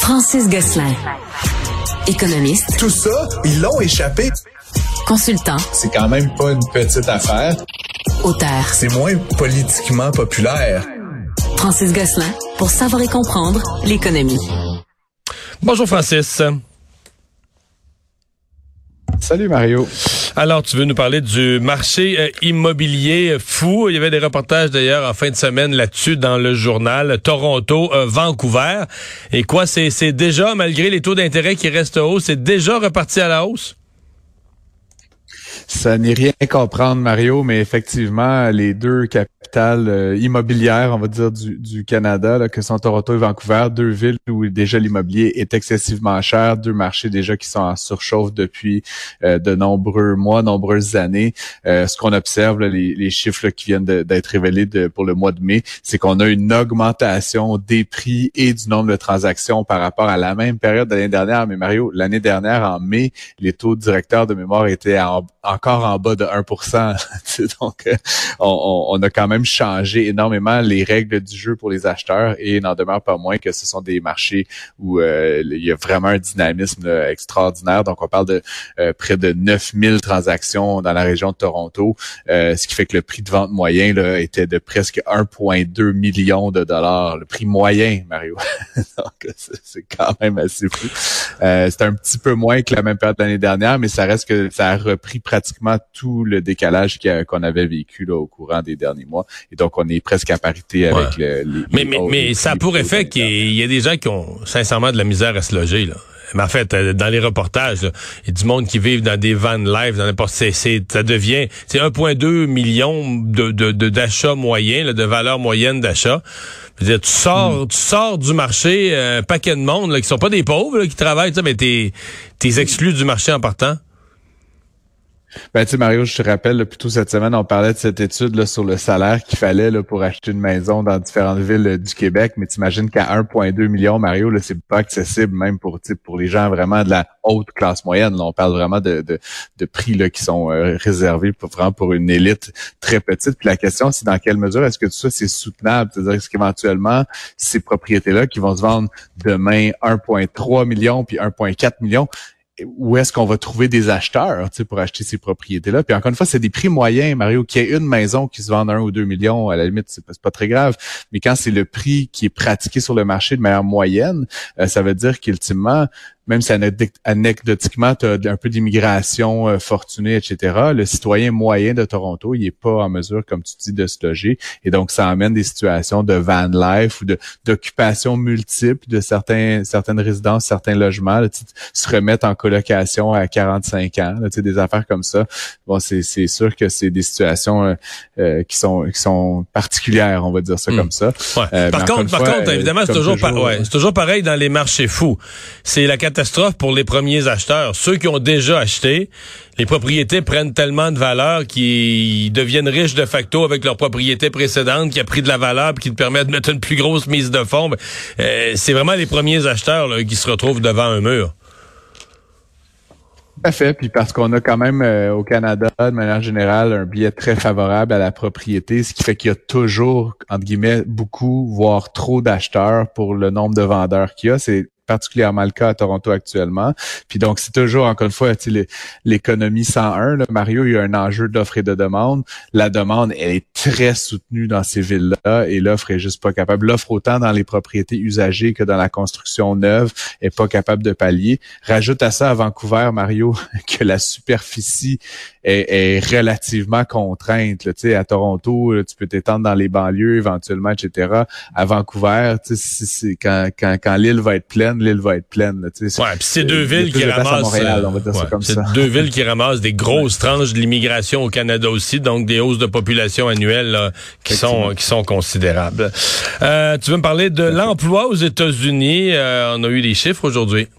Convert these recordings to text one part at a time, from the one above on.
Francis Gosselin. Économiste. Tout ça, ils l'ont échappé. Consultant. C'est quand même pas une petite affaire. Auteur. C'est moins politiquement populaire. Francis Gosselin, pour savoir et comprendre l'économie. Bonjour Francis. Salut Mario. Alors, tu veux nous parler du marché immobilier fou. Il y avait des reportages d'ailleurs en fin de semaine là-dessus dans le journal. Toronto, Vancouver. Et quoi, c'est déjà, malgré les taux d'intérêt qui restent hauts, c'est déjà reparti à la hausse? Ça n'est rien comprendre, Mario, mais effectivement, les deux capitales immobilières, on va dire, du Canada, là, que sont Toronto et Vancouver, deux villes où déjà l'immobilier est excessivement cher, deux marchés déjà qui sont en surchauffe depuis de nombreux mois, nombreuses années. Ce qu'on observe, là, les chiffres là, qui viennent d'être révélés pour le mois de mai, c'est qu'on a une augmentation des prix et du nombre de transactions par rapport à la même période de l'année dernière. Mais Mario, l'année dernière, en mai, les taux directeurs de mémoire étaient encore en bas de 1%. Donc, on a quand même changé énormément les règles du jeu pour les acheteurs et il n'en demeure pas moins que ce sont des marchés où il y a vraiment un dynamisme là, extraordinaire. Donc, on parle de près de 9000 transactions dans la région de Toronto, ce qui fait que le prix de vente moyen là, était de presque 1,2 million de dollars. Le prix moyen, Mario. Donc, c'est quand même assez fou. C'est un petit peu moins que la même période de l'année dernière, mais ça reste que ça a repris pratiquement tout le décalage qu'on avait vécu là, au courant des derniers mois. Et donc, on est presque à parité avec les Mais ça a pour effet qu'il y a des gens qui ont sincèrement de la misère à se loger, là. Mais en fait, dans les reportages, là, il y a du monde qui vivent dans des van life, ça devient, c'est 1,2 million d'achats moyens, là, de valeur moyenne d'achat. Je veux dire, tu sors du marché, un paquet de monde, là, qui sont pas des pauvres, là, qui travaillent, mais t'es exclu du marché en partant. Ben, tu sais, Mario, je te rappelle, là, plus tôt cette semaine, on parlait de cette étude là, sur le salaire qu'il fallait là, pour acheter une maison dans différentes villes du Québec. Mais t'imagines qu'à 1,2 million, Mario, là, c'est pas accessible même pour les gens vraiment de la haute classe moyenne. Là, on parle vraiment de prix là, qui sont réservés pour une élite très petite. Puis la question, c'est dans quelle mesure est-ce que tout ça, c'est soutenable? C'est-à-dire, est-ce qu'éventuellement, ces propriétés-là qui vont se vendre demain 1,3 million puis 1,4 million, où est-ce qu'on va trouver des acheteurs, tu sais, pour acheter ces propriétés-là? Puis encore une fois, c'est des prix moyens, Mario. Qu'il y ait une maison qui se vende 1 ou 2 millions, à la limite, c'est pas très grave. Mais quand c'est le prix qui est pratiqué sur le marché de manière moyenne, ça veut dire qu'ultimement, même si anecdotiquement, tu as un peu d'immigration fortunée, etc., le citoyen moyen de Toronto, il est pas en mesure, comme tu dis, de se loger. Et donc, ça amène des situations de van life ou d'occupation multiple de certaines résidences, certains logements, là, se remettre en colocation à 45 ans, là, des affaires comme ça. Bon, c'est sûr que c'est des situations qui sont particulières, on va dire ça comme ça. Ouais. Par contre, évidemment, c'est toujours pareil dans les marchés fous. C'est la catastrophe pour les premiers acheteurs. Ceux qui ont déjà acheté, les propriétés prennent tellement de valeur qu'ils deviennent riches de facto avec leur propriété précédente qui a pris de la valeur et qui te permet de mettre une plus grosse mise de fonds. C'est vraiment les premiers acheteurs là, qui se retrouvent devant un mur. Tout à fait, puis parce qu'on a quand même au Canada, de manière générale, un biais très favorable à la propriété, ce qui fait qu'il y a toujours, entre guillemets, beaucoup, voire trop d'acheteurs pour le nombre de vendeurs qu'il y a. C'est particulièrement le cas à Toronto actuellement. Puis donc, c'est toujours, encore une fois, l'économie 101. Là, Mario, il y a un enjeu d'offre et de demande. La demande, elle est très soutenue dans ces villes-là et l'offre est juste pas capable. L'offre, autant dans les propriétés usagées que dans la construction neuve, est pas capable de pallier. Rajoute à ça à Vancouver, Mario, que la superficie est relativement contrainte. Là. À Toronto, là, tu peux t'étendre dans les banlieues éventuellement, etc. À Vancouver, c'est quand l'île va être pleine, l'île va être pleine. Là, puis c'est deux villes qui ramassent. Montréal, on va dire ça comme ça. Deux villes qui ramassent des grosses tranches de l'immigration au Canada aussi, donc des hausses de population annuelles là, qui sont considérables. Tu veux me parler de l'emploi aux États-Unis? On a eu des chiffres aujourd'hui.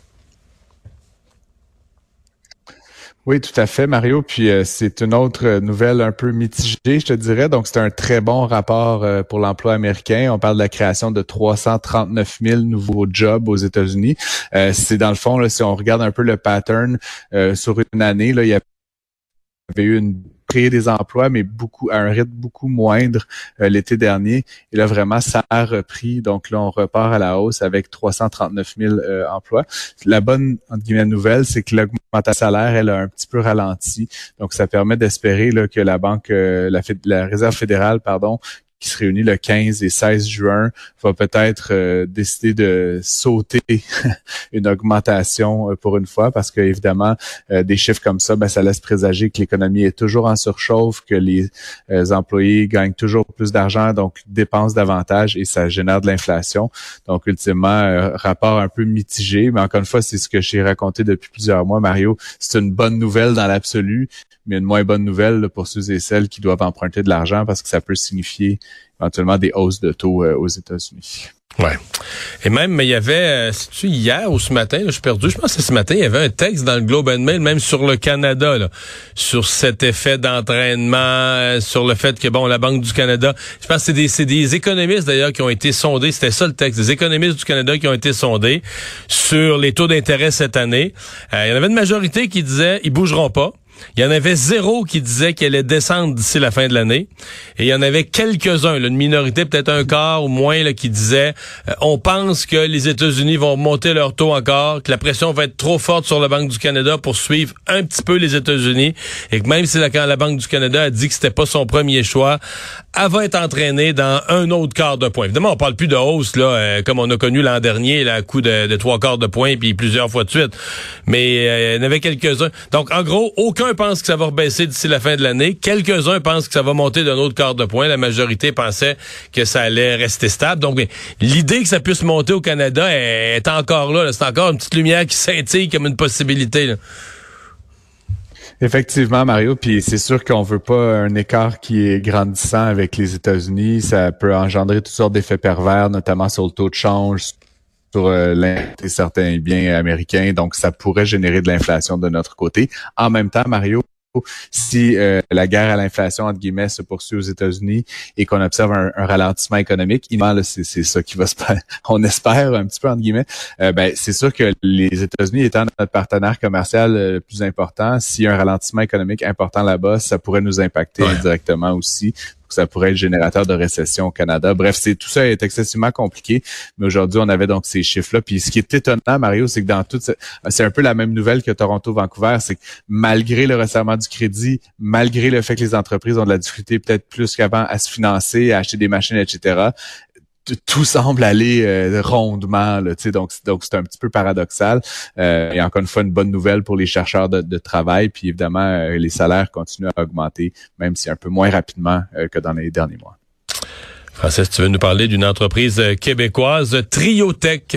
Oui, tout à fait, Mario. Puis c'est une autre nouvelle un peu mitigée, je te dirais. Donc, c'est un très bon rapport pour l'emploi américain. On parle de la création de 339 000 nouveaux jobs aux États-Unis. C'est dans le fond, là, si on regarde un peu le pattern sur une année, là, il y avait eu une créer des emplois, mais à un rythme beaucoup moindre l'été dernier. Et là, vraiment, ça a repris. Donc là, on repart à la hausse avec 339 000 emplois. La bonne, entre guillemets, nouvelle, c'est que l'augmentation salaire, elle a un petit peu ralenti. Donc, ça permet d'espérer là, que la Réserve fédérale, qui se réunit le 15 et 16 juin, va peut-être décider de sauter une augmentation pour une fois, parce que évidemment, des chiffres comme ça, ça laisse présager que l'économie est toujours en surchauffe, que les employés gagnent toujours plus d'argent, donc dépensent davantage et ça génère de l'inflation. Donc, ultimement, rapport un peu mitigé, mais encore une fois, c'est ce que j'ai raconté depuis plusieurs mois, Mario. C'est une bonne nouvelle dans l'absolu, mais une moins bonne nouvelle là, pour ceux et celles qui doivent emprunter de l'argent, parce que ça peut signifier éventuellement des hausses de taux aux États-Unis. Ouais. Et même, il y avait, c'est-tu hier ou ce matin, là, je suis perdu, je pense que c'est ce matin, il y avait un texte dans le Globe and Mail, même sur le Canada, là, sur cet effet d'entraînement, sur le fait que, la Banque du Canada, je pense que c'est des économistes d'ailleurs qui ont été sondés, c'était ça le texte, des économistes du Canada qui ont été sondés sur les taux d'intérêt cette année. Il y en avait une majorité qui disait, ils bougeront pas. Il y en avait 0 qui disait qu'elle allait descendre d'ici la fin de l'année. Et il y en avait quelques-uns, là, une minorité, peut-être un quart ou moins, là, qui disait on pense que les États-Unis vont monter leur taux encore, que la pression va être trop forte sur la Banque du Canada pour suivre un petit peu les États-Unis. Et que même si la Banque du Canada a dit que c'était pas son premier choix, elle va être entraînée dans un autre quart de point. Évidemment, on parle plus de hausse, là, comme on a connu l'an dernier, là, à coup de 3 quarts de point, puis plusieurs fois de suite. Mais il y en avait quelques-uns. Donc, en gros, aucun pense que ça va rebaisser d'ici la fin de l'année. Quelques-uns pensent que ça va monter d'un autre quart de point. La majorité pensait que ça allait rester stable. Donc, l'idée que ça puisse monter au Canada est encore là. C'est encore une petite lumière qui scintille comme une possibilité, là. Effectivement, Mario, puis c'est sûr qu'on veut pas un écart qui est grandissant avec les États-Unis. Ça peut engendrer toutes sortes d'effets pervers, notamment sur le taux de change, sur certains biens américains. Donc, ça pourrait générer de l'inflation de notre côté. En même temps, Mario, si la guerre à l'inflation, entre guillemets, se poursuit aux États-Unis et qu'on observe un ralentissement économique, c'est ça qui va se passer, on espère un petit peu, entre guillemets, c'est sûr que les États-Unis étant notre partenaire commercial le plus important, s'il y a un ralentissement économique important là-bas, ça pourrait nous impacter directement aussi. Ça pourrait être générateur de récession au Canada. Bref, tout ça est excessivement compliqué. Mais aujourd'hui, on avait donc ces chiffres-là. Puis ce qui est étonnant, Mario, c'est que c'est un peu la même nouvelle que Toronto-Vancouver, c'est que malgré le resserrement du crédit, malgré le fait que les entreprises ont de la difficulté peut-être plus qu'avant à se financer, à acheter des machines, etc., tout semble aller rondement, là, donc c'est un petit peu paradoxal. Et encore une fois, une bonne nouvelle pour les chercheurs de travail. Puis évidemment, les salaires continuent à augmenter, même si un peu moins rapidement que dans les derniers mois. Francis, tu veux nous parler d'une entreprise québécoise, Triotech.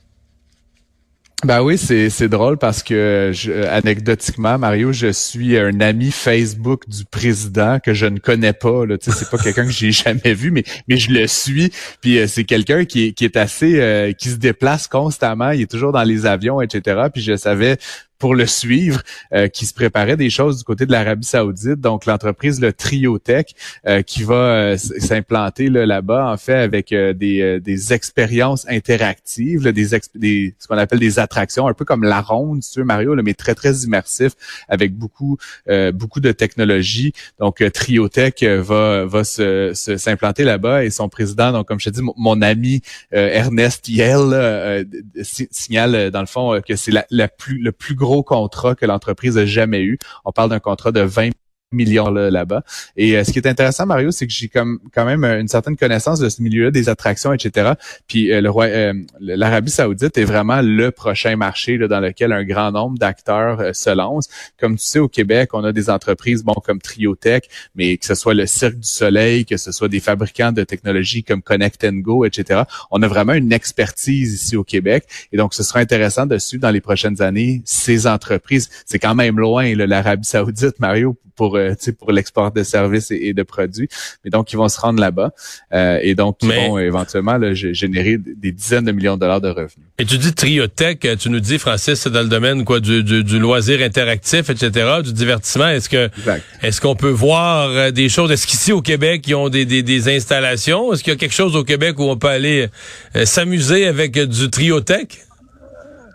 Ben oui, c'est drôle parce que anecdotiquement, Mario, je suis un ami Facebook du président que je ne connais pas. Là, c'est pas quelqu'un que j'ai jamais vu, mais je le suis. Puis c'est quelqu'un qui est assez qui se déplace constamment. Il est toujours dans les avions, etc. Puis je savais pour le suivre, qui se préparait des choses du côté de l'Arabie Saoudite, donc l'entreprise le Triotech qui va s'implanter là-bas en fait avec des expériences interactives, là, ce qu'on appelle des attractions, un peu comme la ronde, si tu veux, Mario, là, mais très très immersif avec beaucoup de technologie. Donc Triotech va s'implanter là-bas et son président, donc comme je te dis, mon ami Ernest Yell signale dans le fond que c'est le plus gros contrat que l'entreprise a jamais eu. On parle d'un contrat de 20 millions là-bas. Et ce qui est intéressant, Mario, c'est que j'ai quand même une certaine connaissance de ce milieu-là, des attractions, etc. Puis l'Arabie Saoudite est vraiment le prochain marché là, dans lequel un grand nombre d'acteurs se lancent. Comme tu sais, au Québec, on a des entreprises comme Triotech, mais que ce soit le Cirque du Soleil, que ce soit des fabricants de technologies comme Connect & Go, etc. On a vraiment une expertise ici au Québec. Et donc, ce sera intéressant de suivre dans les prochaines années ces entreprises. C'est quand même loin, là, l'Arabie Saoudite, Mario, pour l'export de services et de produits. Mais donc, ils vont se rendre là-bas et donc ils vont éventuellement là, générer des dizaines de millions de dollars de revenus. Et tu dis Triotech, tu nous dis, Francis, c'est dans le domaine du loisir interactif, etc., du divertissement. Est-ce qu'on peut voir des choses? Est-ce qu'ici au Québec, ils ont des installations? Est-ce qu'il y a quelque chose au Québec où on peut aller s'amuser avec du Triotech?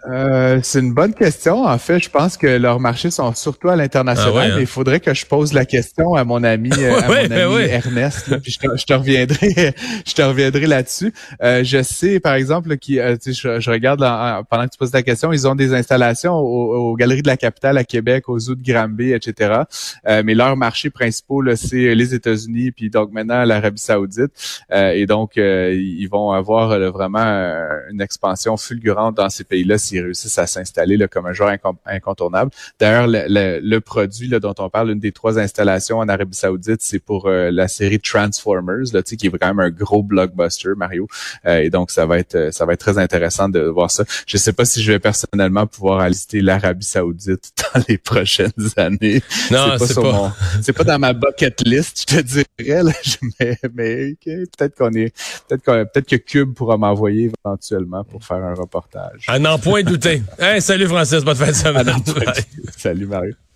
C'est une bonne question. En fait, je pense que leurs marchés sont surtout à l'international. Ah ouais, hein? Il faudrait que je pose la question à mon ami, Ernest. Là, puis je te reviendrai, je te reviendrai là-dessus. Je sais, par exemple, je regarde pendant que tu poses la question, ils ont des installations aux Galeries de la Capitale à Québec, aux Zoo de Granby, etc. Mais leurs marchés principaux, là, c'est les États-Unis, puis donc maintenant l'Arabie Saoudite. Et donc, ils vont avoir vraiment une expansion fulgurante dans ces pays-là s'ils réussissent à s'installer là, comme un joueur incontournable. D'ailleurs, le produit là, dont on parle, une des 3 installations en Arabie Saoudite, c'est pour la série Transformers, là, qui est quand même un gros blockbuster, Mario. Et donc, ça va être très intéressant de voir ça. Je sais pas si je vais personnellement pouvoir visiter l'Arabie Saoudite dans les prochaines années. Non, c'est pas dans ma bucket list, je te dirais, là, mais peut-être que Cube pourra m'envoyer éventuellement pour faire un reportage. À n'en point douter. Hey, salut Francis, bonne fin de semaine. Salut Mario.